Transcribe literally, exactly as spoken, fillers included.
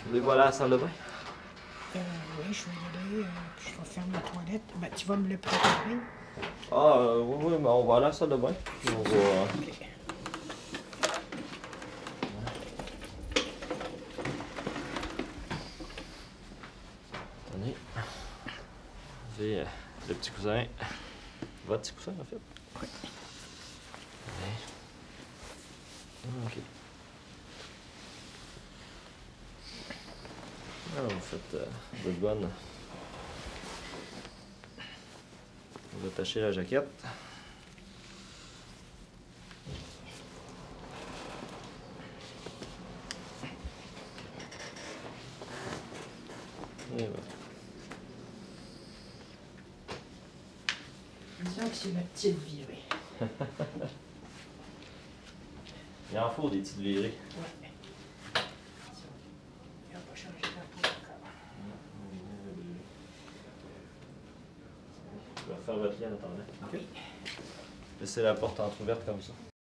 Voulez-vous aller à la salle de bain? Euh, oui, je vais y aller. Euh, puis je vais faire ma toilette. Ben, tu vas me le préparer. Ah, euh, oui, oui, mais on va aller à la salle de bain. Puis on va... euh, OK. Tenez. J'ai euh, le petit coussin. Votre petit coussin, en fait. Oui. Ok. Ah, vous faites euh, de bonne. Vous attachez la jaquette. Et voilà. Disons que c'est ma petite virée. Il en faut des petites virées. Ouais. Il n'a pas changé la peau encore. Je vais refaire votre lit en attendant. Oui. Laissez la porte entrouverte comme ça.